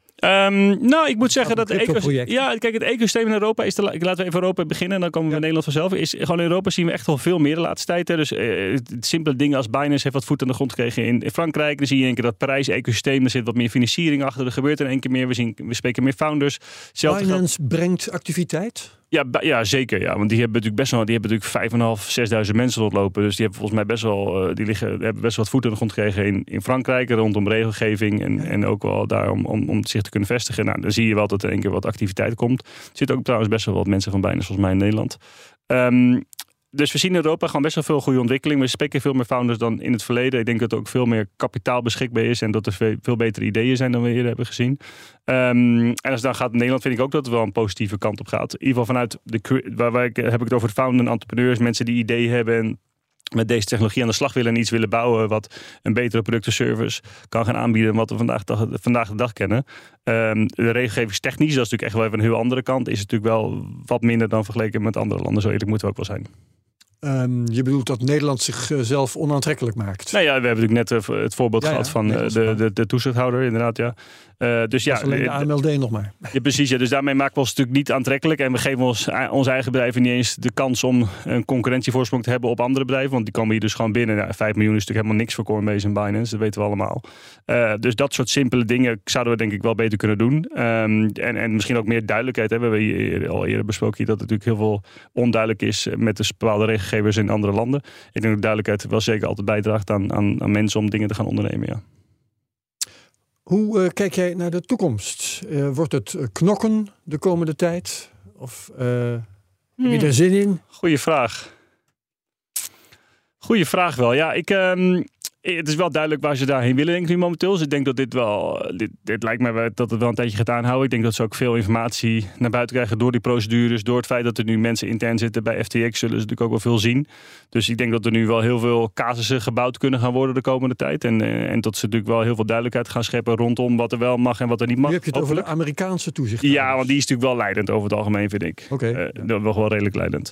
Nou, ik moet zeggen dat het ecosysteem in Europa is laten we even Europa beginnen en dan komen we in Nederland vanzelf. Gewoon in Europa zien we echt wel veel meer de laatste tijd. Hè. Dus simpele dingen als Binance heeft wat voet aan de grond gekregen in Frankrijk. Dan zie je in één keer dat Parijs-ecosysteem, er zit wat meer financiering achter. Er gebeurt in één keer meer. We spreken meer founders. Binance brengt activiteit? Ja, zeker. Ja. Want die hebben natuurlijk 5.500, 6.000 mensen rondlopen. Dus die hebben volgens mij hebben best wel wat voet aan de grond gekregen in Frankrijk rondom regelgeving en ook wel daar om zich te kunnen vestigen. Nou, dan zie je wel dat er een keer wat activiteit komt. Er zitten ook trouwens best wel wat mensen van Binance volgens mij in Nederland. Dus we zien in Europa gewoon best wel veel goede ontwikkeling. We spreken veel meer founders dan in het verleden. Ik denk dat er ook veel meer kapitaal beschikbaar is en dat er veel betere ideeën zijn dan we eerder hebben gezien. En als het dan gaat in Nederland, vind ik ook dat het wel een positieve kant op gaat. In ieder geval vanuit heb ik het over de founders en entrepreneurs, mensen die ideeën hebben en met deze technologie aan de slag willen en iets willen bouwen wat een betere productenservice kan gaan aanbieden dan wat we vandaag de dag kennen. De regelgevingstechnisch, dat is natuurlijk echt wel even een heel andere kant, is het natuurlijk wel wat minder dan vergeleken met andere landen. Zo eerlijk moeten we ook wel zijn. Je bedoelt dat Nederland zichzelf onaantrekkelijk maakt? Nou ja, we hebben natuurlijk net het voorbeeld gehad van de toezichthouder, inderdaad. Ja. Dus dat is alleen de AMLD nog maar. Ja, precies. Ja, dus daarmee maken we ons natuurlijk niet aantrekkelijk. En we geven onze eigen bedrijven niet eens de kans om een concurrentievoorsprong te hebben op andere bedrijven. Want die komen hier dus gewoon binnen. Nou, 5 miljoen is natuurlijk helemaal niks voor Coinbase en Binance. Dat weten we allemaal. Dus dat soort simpele dingen zouden we denk ik wel beter kunnen doen. En misschien ook meer duidelijkheid. Hè. We hebben hier al eerder besproken dat het natuurlijk heel veel onduidelijk is met de bepaalde regelgevers in andere landen. Ik denk dat duidelijkheid wel zeker altijd bijdraagt aan mensen om dingen te gaan ondernemen. Ja. Hoe kijk jij naar de toekomst? Wordt het knokken de komende tijd? Of heb je er zin in? Goeie vraag wel. Ja, het is wel duidelijk waar ze daarheen willen, denk ik nu momenteel. Dus ik denk dat dit lijkt mij dat het wel een tijdje gaat aanhouden. Ik denk dat ze ook veel informatie naar buiten krijgen door die procedures. Door het feit dat er nu mensen intern zitten bij FTX, zullen ze natuurlijk ook wel veel zien. Dus ik denk dat er nu wel heel veel casussen gebouwd kunnen gaan worden de komende tijd. En dat ze natuurlijk wel heel veel duidelijkheid gaan scheppen rondom wat er wel mag en wat er niet mag. Nu heb je het over de Amerikaanse toezicht. Ja, want die is natuurlijk wel leidend over het algemeen, vind ik. Oké. Wel redelijk leidend.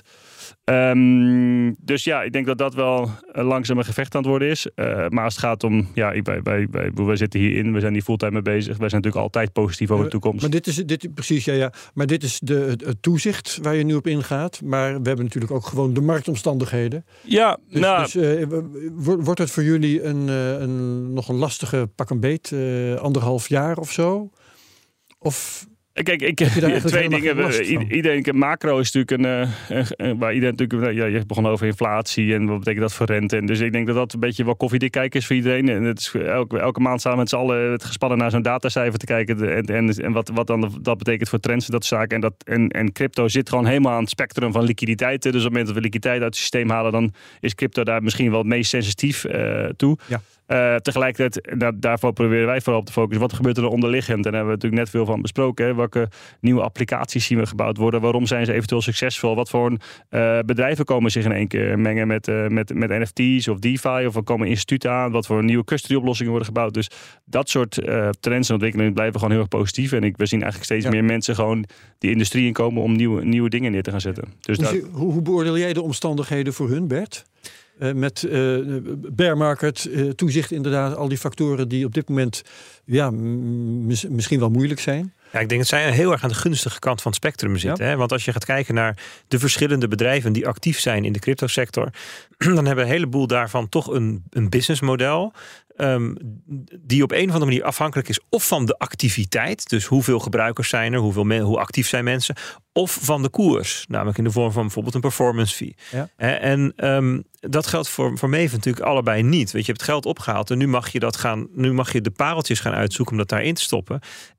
Dus ja, ik denk dat dat wel langzaam een gevecht aan het worden is. Maar als het gaat om, wij zitten hierin, we zijn hier fulltime mee bezig. Wij zijn natuurlijk altijd positief over de toekomst. Maar precies, ja. Maar dit is het toezicht waar je nu op ingaat. Maar we hebben natuurlijk ook gewoon de marktomstandigheden. Ja, dus wordt het voor jullie nog een lastige pak een beet, 1,5 jaar of zo? Of... Kijk, ik heb twee dingen. Iedereen, macro is natuurlijk waar iedereen natuurlijk. Je hebt begonnen over inflatie en wat betekent dat voor rente. En dus ik denk dat dat een beetje wel koffiedik kijken is voor iedereen. En het is elke maand samen met z'n allen het gespannen naar zo'n datacijfer te kijken. En wat dan dat betekent voor trends en dat zaken. En crypto zit gewoon helemaal aan het spectrum van liquiditeiten. Dus op het moment dat we liquiditeit uit het systeem halen, dan is crypto daar misschien wel het meest sensitief toe. Ja. Tegelijkertijd, daarvoor proberen wij vooral op te focussen. Wat gebeurt er onderliggend? En daar hebben we natuurlijk net veel van besproken. Hè? Welke nieuwe applicaties zien we gebouwd worden? Waarom zijn ze eventueel succesvol? Wat voor bedrijven komen zich in één keer mengen met NFT's of DeFi? Of er komen instituten aan? Wat voor nieuwe custody oplossingen worden gebouwd? Dus dat soort trends en ontwikkelingen blijven gewoon heel erg positief. En we zien eigenlijk steeds meer mensen gewoon die industrie inkomen om nieuwe dingen neer te gaan zetten. Dus hoe beoordeel jij de omstandigheden voor hun, Bert? Met bear market, toezicht inderdaad, al die factoren die op dit moment misschien wel moeilijk zijn. Ja, ik denk dat zij heel erg aan de gunstige kant van het spectrum zitten. Ja. Hè? Want als je gaat kijken naar de verschillende bedrijven die actief zijn in de cryptosector, dan hebben een heleboel daarvan toch een businessmodel. Die op een of andere manier afhankelijk is of van de activiteit, dus hoeveel gebruikers zijn er, hoe actief zijn mensen, of van de koers, namelijk in de vorm van bijvoorbeeld een performance fee. Ja. En dat geldt voor Maven natuurlijk allebei niet. Weet je hebt het geld opgehaald en nu mag je de pareltjes gaan uitzoeken om dat daarin te stoppen.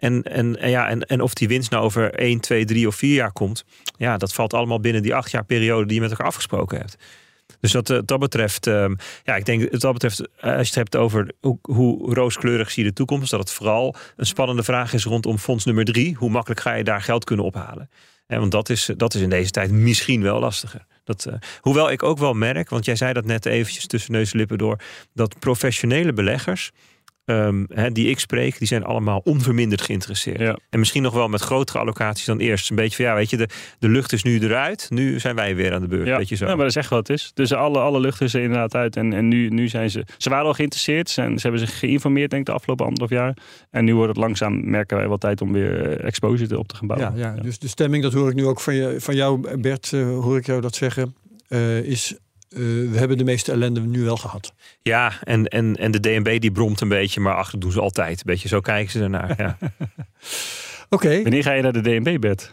En of die winst nou over 1, 2, 3 of 4 jaar komt, ja, dat valt allemaal binnen die 8 jaar periode die je met elkaar afgesproken hebt. Dus dat betreft, ik denk dat betreft, als je het hebt over hoe rooskleurig zie je de toekomst, dat het vooral een spannende vraag is rondom fonds nummer 3. Hoe makkelijk ga je daar geld kunnen ophalen? Want dat is in deze tijd misschien wel lastiger. Hoewel ik ook wel merk, want jij zei dat net eventjes tussen neus en lippen door, dat professionele beleggers die ik spreek, die zijn allemaal onverminderd geïnteresseerd. Ja. En misschien nog wel met grotere allocaties dan eerst. Een beetje van, weet je, de lucht is nu eruit. Nu zijn wij weer aan de beurt. Ja, weet je zo. Ja, maar dat is echt wat het is. Dus alle lucht is er inderdaad uit. En nu zijn ze waren al geïnteresseerd. Ze hebben zich geïnformeerd, denk ik, de afgelopen 1,5 jaar. En nu wordt het langzaam, merken wij wel tijd om weer exposure op te gaan bouwen. Ja. Dus de stemming, dat hoor ik nu ook van jou, Bert, hoor ik jou dat zeggen, is... we hebben de meeste ellende nu wel gehad. Ja, en de DNB die bromt een beetje, maar dat doen ze altijd. Een beetje zo kijken ze ernaar. Ja. Oké. Wanneer ga je naar de DNB, Bert?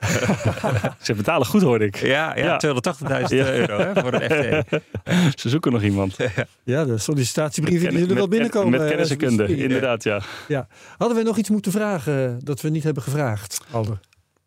Ze betalen goed, hoorde ik. Ja. €280.000 voor een FT. Ze zoeken nog iemand. Ja, de sollicitatiebrieven die zullen wel binnenkomen. Met kennis en kunde, inderdaad, ja. Hadden we nog iets moeten vragen dat we niet hebben gevraagd, Alder?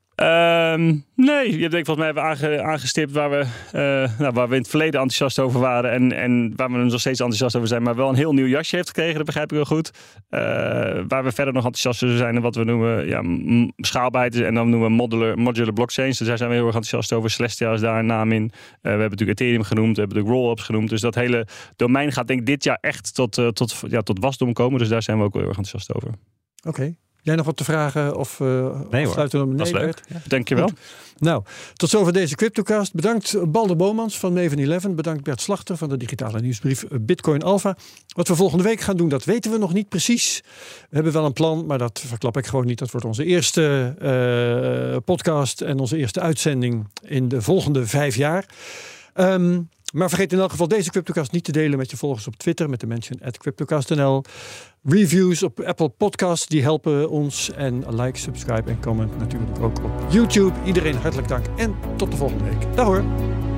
Nee, je hebt denk ik volgens mij hebben aangestipt waar we in het verleden enthousiast over waren en waar we nog steeds enthousiast over zijn, maar wel een heel nieuw jasje heeft gekregen, dat begrijp ik wel goed. Waar we verder nog enthousiast over zijn en wat we noemen schaalbaarheid en dan noemen we modular blockchains. Dus daar zijn we heel erg enthousiast over. Celestia is daar een naam in. We hebben natuurlijk Ethereum genoemd, we hebben de roll-ups genoemd. Dus dat hele domein gaat denk ik dit jaar echt tot wasdom komen. Dus daar zijn we ook wel heel erg enthousiast over. Oké. Jij nog wat te vragen? Of nee hoor, sluiten we dat is leuk. Ja. Dankjewel. Goed. Nou, tot zover deze CryptoCast. Bedankt Balder Bomans van Maven 11. Bedankt Bert Slachter van de digitale nieuwsbrief Bitcoin Alpha. Wat we volgende week gaan doen, dat weten we nog niet precies. We hebben wel een plan, maar dat verklap ik gewoon niet. Dat wordt onze eerste podcast en onze eerste uitzending in de volgende 5 jaar. Maar vergeet in elk geval deze CryptoCast niet te delen met je volgers op Twitter met de mention @CryptoCast.nl. Reviews op Apple Podcasts, die helpen ons. En like, subscribe en comment natuurlijk ook op YouTube. Iedereen hartelijk dank en tot de volgende week. Dag hoor.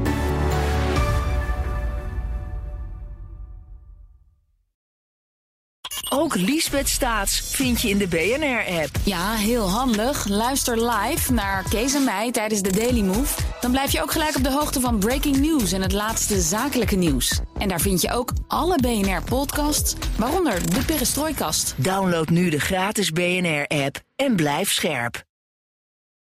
Ook Liesbeth Staats vind je in de BNR-app. Ja, heel handig. Luister live naar Kees en mij tijdens de Daily Move. Dan blijf je ook gelijk op de hoogte van breaking news en het laatste zakelijke nieuws. En daar vind je ook alle BNR-podcasts, waaronder de Perestrooikast. Download nu de gratis BNR-app en blijf scherp.